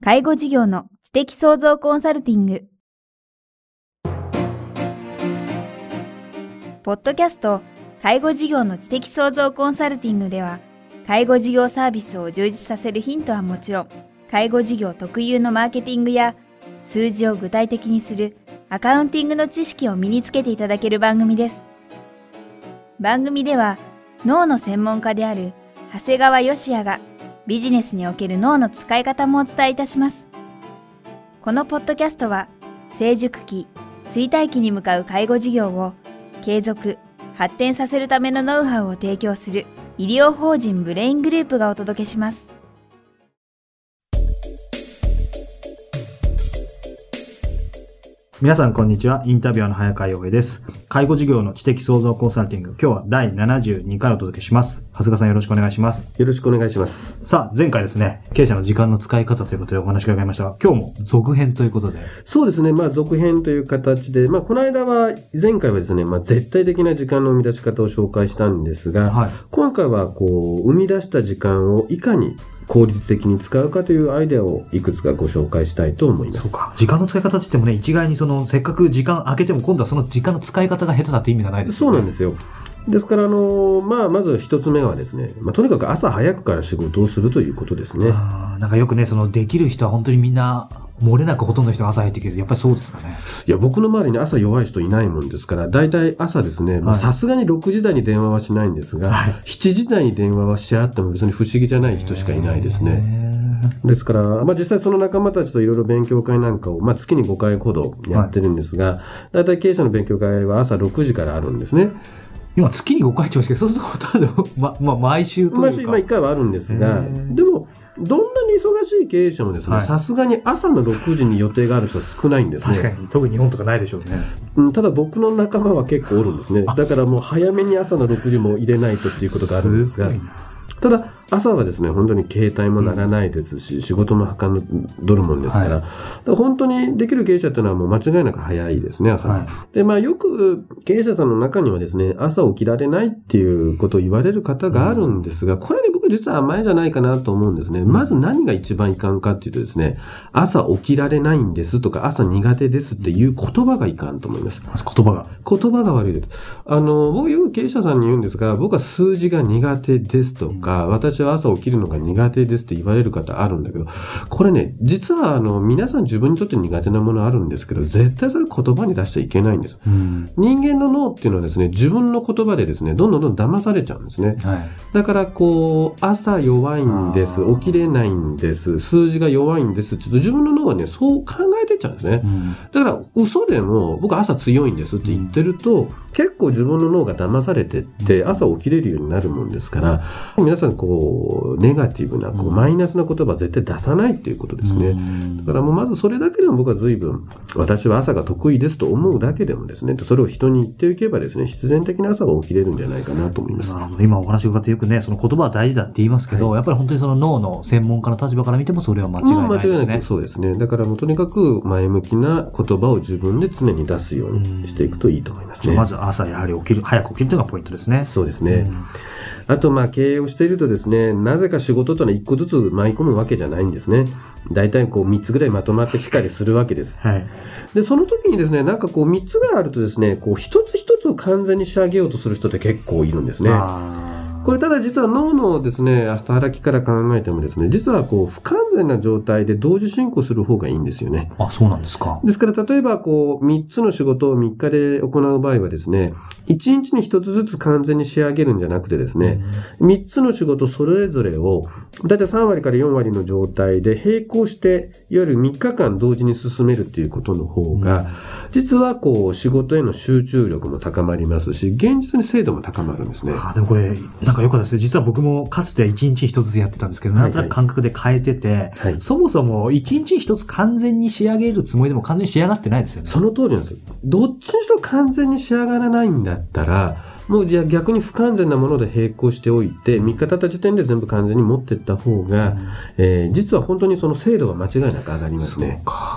介護事業の知的創造コンサルティング。ポッドキャスト介護事業の知的創造コンサルティングでは、介護事業サービスを充実させるヒントはもちろん、介護事業特有のマーケティングや数字を具体的にするアカウンティングの知識を身につけていただける番組です。番組では脳の専門家である長谷川芳也がビジネスにおける脳の使い方もお伝えいたします。このポッドキャストは成熟期、衰退期に向かう介護事業を継続、発展させるためのノウハウを提供する医療法人ブレイングループがお届けします。 皆さんこんにちは。インタビュアーの早川洋平です。介護事業の知的創造コンサルティング、今日は第72回お届けします。長谷川さんよろしくお願いします。 よろしくお願いします。 さあ、前回ですね、経営者の時間の使い方ということでお話伺いましたが、今日も続編ということで。 そうですね。続編という形で、この間は、前回はですね、絶対的な時間の生み出し方を紹介したんですが、今回は生み出した時間をいかに効率的に使うかというアイデアをいくつかご紹介したいと思います。 そうか。時間の使い方って言ってもね、一概にせっかく時間空けても今度はその時間の使い方が下手だって意味がないですよね。 そうなんですよ。ですから、まず一つ目はですね、とにかく朝早くから仕事をするということですね。 なんかよくね、できる人は本当にみんな、漏れなくほとんどの人が朝入ってきて、やっぱりそうですかね。 いや、僕の周りに朝弱い人いないもんですから、だいたい朝ですね、さすがに6時台に電話はしないんですが、7時台に電話はし合っても別に不思議じゃない人しかいないですね。ですから、実際その仲間たちといろいろ勉強会なんかを、月に5回ほどやってるんですが、だいたい経営者の勉強会は朝6時からあるんですね。 今月に5回って言いますけど、そうするとほとんど、毎週というか。 毎週1回はあるんですが、でも、どんなに忙しい経営者もですね、さすがに朝の6時に予定がある人は少ないんですね。 確かに、特に日本とかないでしょうね。 ただ僕の仲間は結構おるんですね。だからもう早めに朝の6時も入れないとっていうことがあるんですが、ただ朝はですね、本当に携帯も鳴らないですし、仕事もはかどるもんですから、だから本当にできる経営者っていうのはもう間違いなく早いですね、朝。で、よく経営者さんの中にはですね、朝起きられないっていうことを言われる方があるんですが、これに僕実は甘えじゃないかなと思うんですね。まず何が一番いかんかっていうとですね、朝起きられないんですとか、朝苦手ですっていう言葉がいかんと思います。 言葉が悪いです。僕よく経営者さんに言うんですが、僕は数字が苦手ですとか、私は朝起きるのが苦手ですって言われる方あるんだけど、これね、実は皆さん自分にとって苦手なものあるんですけど、絶対それ言葉に出しちゃいけないんです。人間の脳っていうのはですね、自分の言葉でですね、どんどん騙されちゃうんですね。だから朝弱いんです、起きれないんです、数字が弱いんです、ちょっと自分の脳はね、そう考えてっちゃうんですね。だから嘘でも僕朝強いんですって言ってると、結構自分の脳が騙されてって朝起きれるようになるもんですから、皆さんネガティブなマイナスな言葉は絶対出さないっていうことですね。だからまずそれだけでも僕は随分、私は朝が得意ですと思うだけでもですね、それを人に言っていけばですね、必然的な朝が起きれるんじゃないかなと思います。 今お話を伺ってよくね、その言葉は大事だって言いますけど、やっぱり本当にその脳の専門家の立場から見てもそれは間違いないですね。間違いなくそうですね。だからとにかく前向きな言葉を自分で常に出すようにしていくといいと思いますね。 まず朝やはり早く起きるというのがポイントですね。 そうですね。あと経営をしているとですね、なぜか仕事というのは1個ずつ舞い込むわけじゃないんですね。だいたい3つぐらいまとまってしっかりするわけです。で、その時にですね、なんか3つぐらいあるとですね、一つ一つを完全に仕上げようとする人って結構いるんですね。これただ実は脳のですね、働きから考えてもですね、実は不完全な状態で同時進行する方がいいんですよね。 そうなんですか。 ですから例えば3つの仕事を3日で行う場合はですね、1日に1つずつ完全に仕上げるんじゃなくてですね、3つの仕事それぞれをだいたい3割から4割の状態で並行していわゆる3日間同時に進めるっていうことの方が、実は仕事への集中力も高まりますし、現実に精度も高まるんですね。 でもこれなんかよかったですね。実は僕もかつて1日1つやってたんですけど、なんとなく感覚で変えてて、そもそも1日1つ完全に仕上げるつもりでも完全に仕上がってないですよね。 その通りなんですよ。どっちにしろ完全に仕上がらないんだったら、もうじゃあ逆に不完全なもので並行しておいて、3日経った時点で全部完全に持っていった方が、実は本当にその精度は間違いなく上がりますね。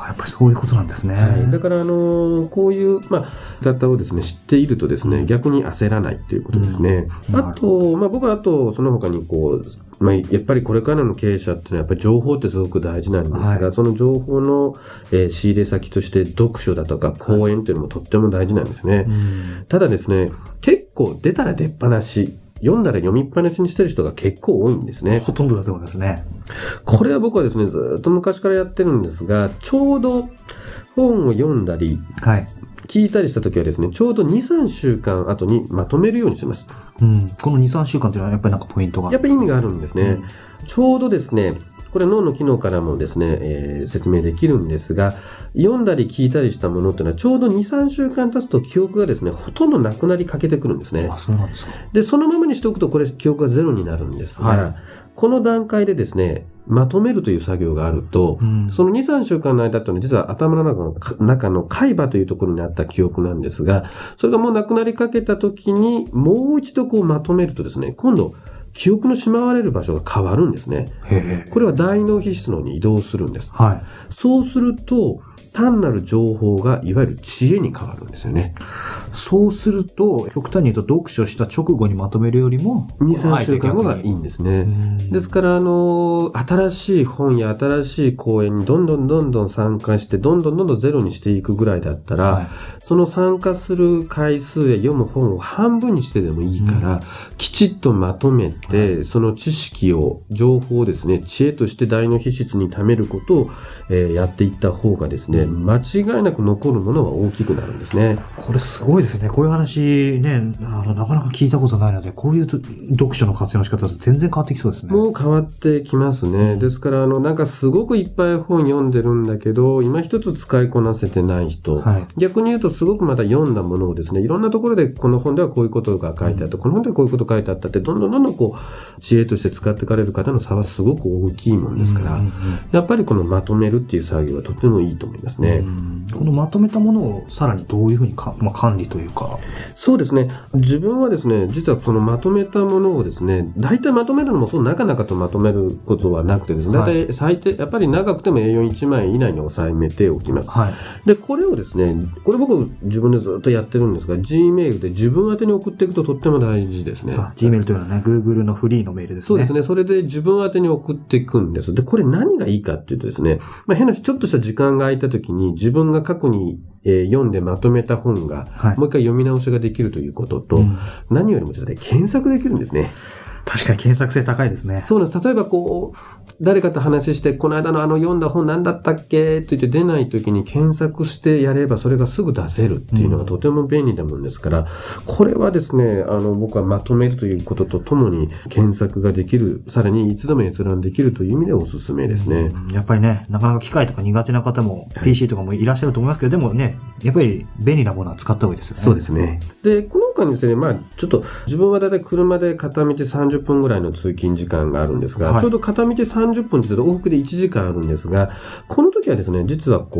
やっぱりそういうことなんですね。 はい、だからこういう方をですね知っているとですね、逆に焦らないということですね。あと僕はその他にやっぱりこれからの経営者っていうのはやっぱり情報ってすごく大事なんですが、その情報の、仕入れ先として読書だとか講演っていうのもとっても大事なんですね。ただですね、結構出たら出っ放し、読んだら読みっぱなしにしてる人が結構多いんですね。 ほとんどだと思いますね。 これは僕はですね、ずっと昔からやってるんですが、ちょうど本を読んだり、聞いたりしたときはですね、ちょうど2、3週間後にまとめるようにしてます。 この2、3週間というのはやっぱりなんかポイントが。 やっぱり意味があるんですね。ちょうどですね、これ脳の機能からもですね、説明できるんですが、読んだり聞いたりしたものっていうのはちょうど2、3週間経つと記憶がですね、ほとんどなくなりかけてくるんですね。 そうなんですか。 で、そのままにしておくとこれ記憶がゼロになるんですが、この段階でですね、まとめるという作業があると、その2、3週間の間っていうのは実は頭の中の海馬というところにあった記憶なんですが、それがもうなくなりかけた時にもう一度まとめるとですね、今度記憶のしまわれる場所が変わるんですね。これは大脳皮質の方に移動するんです。そうすると単なる情報がいわゆる知恵に変わるんですよね。 そうすると極端に言うと読書した直後にまとめるよりも 2、3週間後がいいんですね。ですから新しい本や新しい講演にどんどん参加してどんどんゼロにしていくぐらいだったら、その参加する回数や読む本を半分にしてでもいいから、きちっとまとめて、その知識を情報をですね、知恵として大脳皮質に貯めることを、やっていった方がですね、間違いなく残るものは大きくなるんですね。 これすごいですね。こういう話ね、なかなか聞いたことないので、こういう読書の活用の仕方と全然変わってきそうですね。 もう変わってきますね。ですからなんかすごくいっぱい本読んでるんだけど、今一つ使いこなせてない人、逆に言うとすごくまた読んだものをですね、いろんなところでこの本ではこういうことが書いてあった、この本ではこういうことが書いてあったって、どんどん知恵として使っていかれる方の差はすごく大きいもんですから、やっぱりこのまとめるっていう作業はとてもいいと思いますね。 このまとめたものをさらにどういうふうに管理というか。 そうですね。自分はですね、実はそのまとめたものをですね、大体まとめるのもそうなかなかとまとめることはなくてですね、大体最低、やっぱり長くても A41 枚以内に収めておきます。で、これをですね、これ僕自分でずっとやってるんですが、Gmail で自分宛てに送っていくととっても大事ですね。 Gmail というのはね、Google のフリーのメールですね。 そうですね。それで自分宛てに送っていくんです。で、これ何がいいかっていうとですね、変な話、ちょっとした時間が空いた時に自分が過去に読んでまとめた本が、もう一回読み直しができるということと、何よりもですね、検索できるんですね。 確かに検索性高いですね。 そうなんです。例えば誰かと話して、この間の読んだ本何だったっけと言って出ないときに検索してやればそれがすぐ出せるっていうのがとても便利なもんですから、これはですね、僕はまとめるということとともに検索ができる、さらにいつでも閲覧できるという意味でおすすめですね。 やっぱりね、なかなか機械とか苦手な方も PC とかもいらっしゃると思いますけど、でもね、やっぱり便利なものは使った方がいいですよね。 そうですね。で、この他にですね、ちょっと自分はだいたい車で片道30分ぐらいの通勤時間があるんですが、ちょうど片道30分というと往復で1時間あるんですが、この時はですね、実は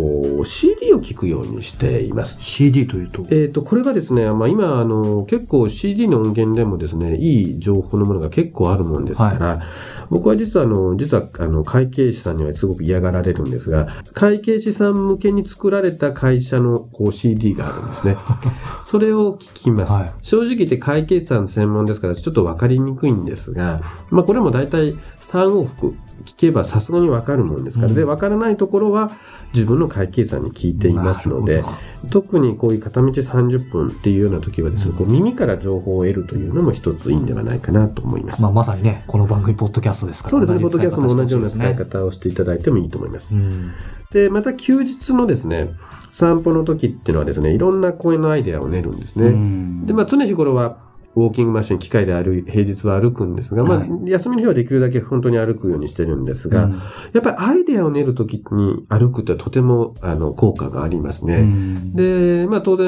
CD を聞くようにしています。 CD というと、 これがですね、今結構 CD の音源でもですね、いい情報のものが結構あるもんですから、僕は実は会計士さんにはすごく嫌がられるんですが、会計士さん向けに作られた会社のCD があるんですね。それを聞きます。正直言って会計士さん専門ですからちょっとわかりにくいんですが、これもだいたい3往復聞けばさすがにわかるもんですから、で、わからないところは自分の会計士さんに聞いていますので、特にこういう片道30分っていうような時はですね、耳から情報を得るというのも一ついいんではないかなと思います。 まさにね、この番組ポッドキャストですから。 そうですね、ポッドキャストも同じような使い方をしていただいてもいいと思います。で、また休日のですね、散歩の時っていうのはですね、いろんな講演のアイデアを練るんですね。で、常日頃はウォーキングマシン、機械で平日は歩くんですが、休みの日はできるだけ本当に歩くようにしてるんですが、やっぱりアイデアを練るときに歩くってとても効果がありますね。で、当然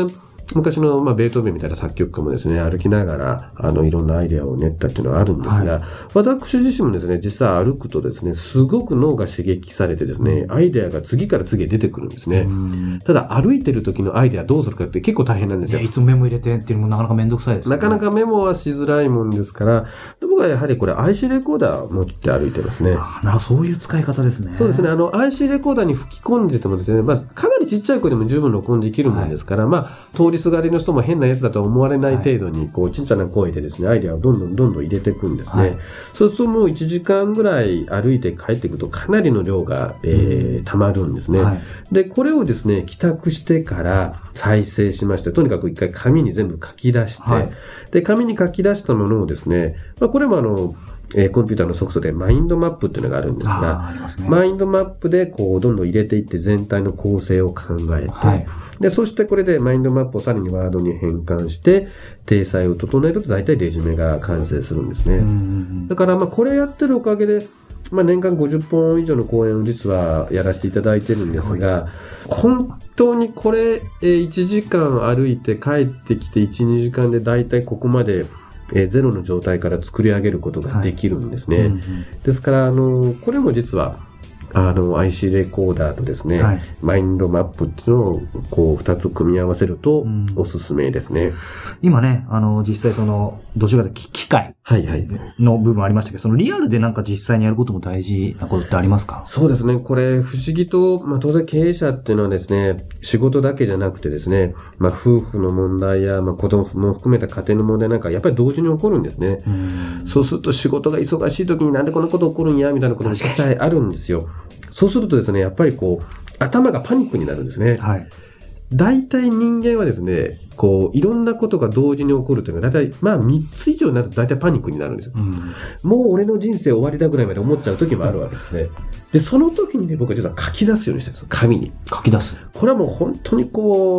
昔の、ベートーベンみたいな作曲家もですね、歩きながら、いろんなアイデアを練ったっていうのはあるんですが、私自身もですね、実は歩くとですね、すごく脳が刺激されてですね、アイデアが次から次へ出てくるんですね。ただ、歩いてる時のアイデアどうするかって結構大変なんですよ。 いつもメモ入れてっていうのもなかなかめんどくさいですね。 なかなかメモはしづらいもんですから、僕はやはりこれ IC レコーダーを持って歩いてますね。 そういう使い方ですね。 そうですね。IC レコーダーに吹き込んでてもですね、かなりちっちゃい声でも十分録音できるもんですから、通りすがりの人も変なやつだと思われない程度に、ちっちゃな声でですね、アイデアをどんどん入れていくんですね。そうするともう1時間ぐらい歩いて帰ってくるとかなりの量が、溜まるんですね。で、これをですね、帰宅してから再生しまして、とにかく一回紙に全部書き出して、で、紙に書き出したものをですね、これもコンピューターのソフトでマインドマップっていうのがあるんですが、マインドマップでどんどん入れていって全体の構成を考えて、で、そしてこれでマインドマップをさらにワードに変換して、体裁を整えると大体レジュメが完成するんですね。だからこれやってるおかげで、年間50本以上の講演を実はやらせていただいてるんですが、本当にこれ、1時間歩いて帰ってきて1、2時間で大体ここまでゼロの状態から作り上げることができるんですね。ですから、これも実は、IC レコーダーとですね、マインドマップっていうのを2つ組み合わせるとおすすめですね。 今ね、実際どちらかというと機械の部分ありましたけど、リアルでなんか実際にやることも大事なことってありますか？ そうですね。これ不思議と、当然経営者っていうのはですね、仕事だけじゃなくてですね、夫婦の問題や、子供も含めた家庭の問題なんかやっぱり同時に起こるんですね。そうすると仕事が忙しい時になんでこんなこと起こるんやみたいなことも実際あるんですよ。そうするとですね、やっぱり頭がパニックになるんですね。大体人間はですね、いろんなことが同時に起こるというのが、大体、3つ以上になると大体パニックになるんですよ。もう俺の人生終わりだぐらいまで思っちゃう時もあるわけですね。で、その時にね、僕は実は書き出すようにしてるんですよ、紙に。 書き出す。 これはもう本当に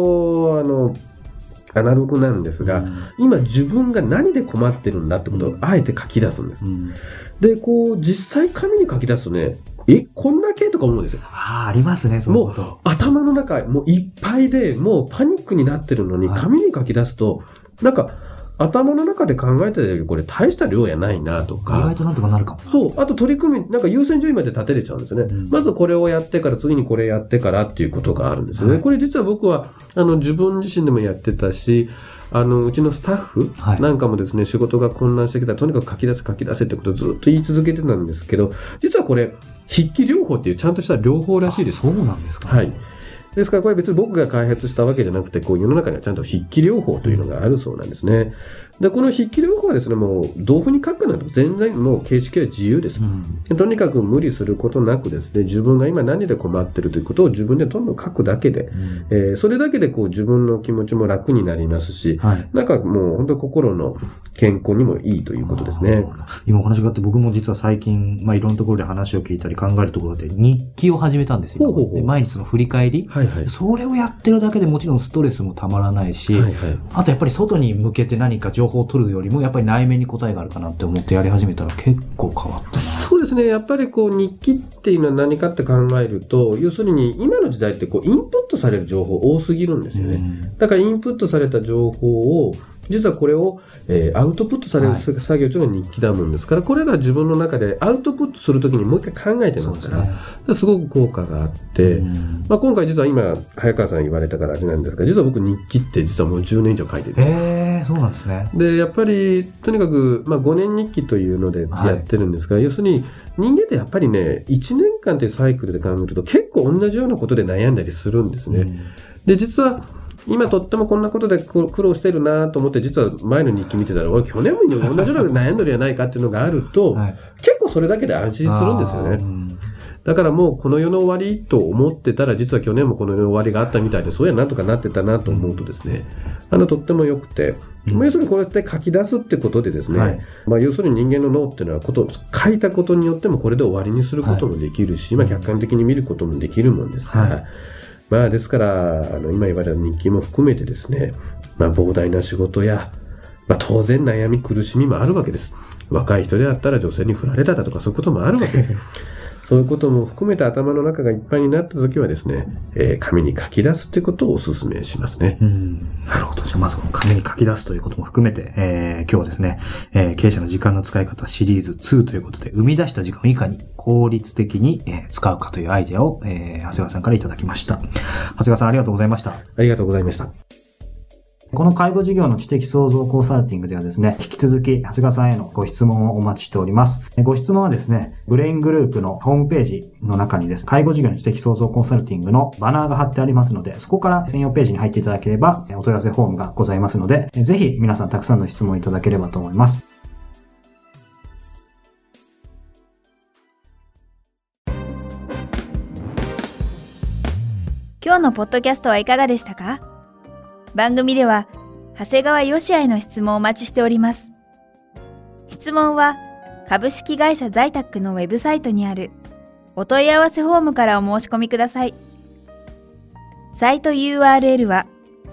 アナログなんですが、今自分が何で困ってるんだってことをあえて書き出すんです。で、実際紙に書き出すとね、こんだけとか思うんですよ。 ありますね、そういうこと。 もう頭の中、もういっぱいで、もうパニックになってるのに、紙に書き出すと、なんか、頭の中で考えてたよりこれ大した量やないなとか。 意外となんとかなるかも。 そう。あと取り組み、なんか優先順位まで立てれちゃうんですね。まずこれをやってから次にこれやってからっていうことがあるんですよね。これ実は僕は、自分自身でもやってたし、うちのスタッフなんかもですね、仕事が混乱してきたらとにかく書き出せってことをずっと言い続けてたんですけど、実はこれ、筆記療法っていうちゃんとした療法らしいです。 そうなんですか、 はい。ですからこれ別に僕が開発したわけじゃなくて、世の中にはちゃんと筆記療法というのがあるそうなんですね。で、この筆記療法はですね、もう、どういうふうに書くかなど全然もう形式は自由です。とにかく無理することなくですね、自分が今何で困ってるということを自分でどんどん書くだけで、それだけで自分の気持ちも楽になりますし、なんかもう本当に心の健康にもいいということですね。 今お話があって僕も実は最近、いろんなところで話を聞いたり考えるところで日記を始めたんですよ。で毎日の振り返り、それをやってるだけでもちろんストレスもたまらないし、あとやっぱり外に向けて何か情報を取るよりもやっぱり内面に答えがあるかなって思ってやり始めたら結構変わったな。 そうですね。やっぱり日記っていうのは何かって考えると、要するに今の時代ってインプットされる情報多すぎるんですよね。だからインプットされた情報を実はこれを、アウトプットされる作業というのが日記だもんですから、これが自分の中でアウトプットするときにもう一回考えてますから、すごく効果があって、今回実は今早川さん言われたからあれなんですが、実は僕日記って実はもう10年以上書いてるんですよ。 そうなんですね。 でやっぱりとにかく、5年日記というのでやってるんですが、要するに人間ってやっぱりね、1年間というサイクルで考えると結構同じようなことで悩んだりするんですね。で実は今とってもこんなことで苦労してるなと思って、実は前の日記見てたら、俺去年も同じような悩んどるやないかっていうのがあると、結構それだけで安心するんですよね。だからもうこの世の終わりと思ってたら、実は去年もこの世の終わりがあったみたいで、そうやなんとかなってたなと思うとですね、とっても良くて、要するにこうやって書き出すってことでですね、要するに人間の脳っていうのは書いたことによってもこれで終わりにすることもできるし、客観的に見ることもできるもんですから、ですから今言われた日記も含めてですね、膨大な仕事や、当然悩み苦しみもあるわけです。若い人であったら女性に振られただとかそういうこともあるわけです。 そういうことも含めて頭の中がいっぱいになった時はですね、紙に書き出すってことをお勧めしますね。 なるほど。じゃあまずこの紙に書き出すということも含めて、今日はですね、経営者の時間の使い方シリーズ2ということで、生み出した時間をいかに効率的に、使うかというアイデアを、長谷川さんからいただきました。長谷川さんありがとうございました。 ありがとうございました。 この介護事業の知的創造コンサルティングではですね、引き続き長谷川さんへのご質問をお待ちしております。ご質問はですね、ブレイングループのホームページの中にです、介護事業の知的創造コンサルティングのバナーが貼ってありますので、そこから専用ページに入っていただければ、お問い合わせフォームがございますので、ぜひ皆さんたくさんの質問いただければと思います。 今日のポッドキャストはいかがでしたか？番組では長谷川よしあへの質問をお待ちしております。質問は株式会社在宅のウェブサイトにあるお問い合わせフォームからお申し込みください。サイト URL は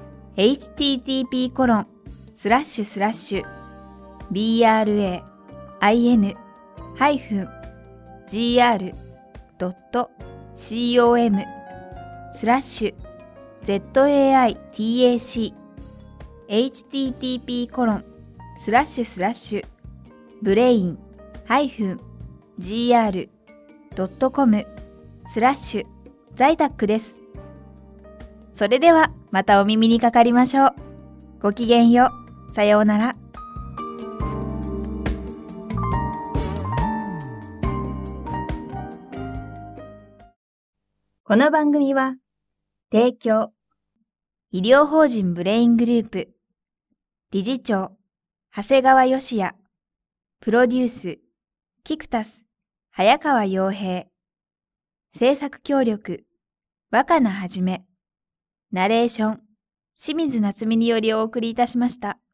http://brain-gr.com/在宅です。それではまたお耳にかかりましょう。ごきげんよう。さようなら。この番組は提供医療法人ブレイングループ理事長長谷川芳也プロデュースキクタス早川洋平制作協力若菜はじめナレーション清水夏美によりお送りいたしました。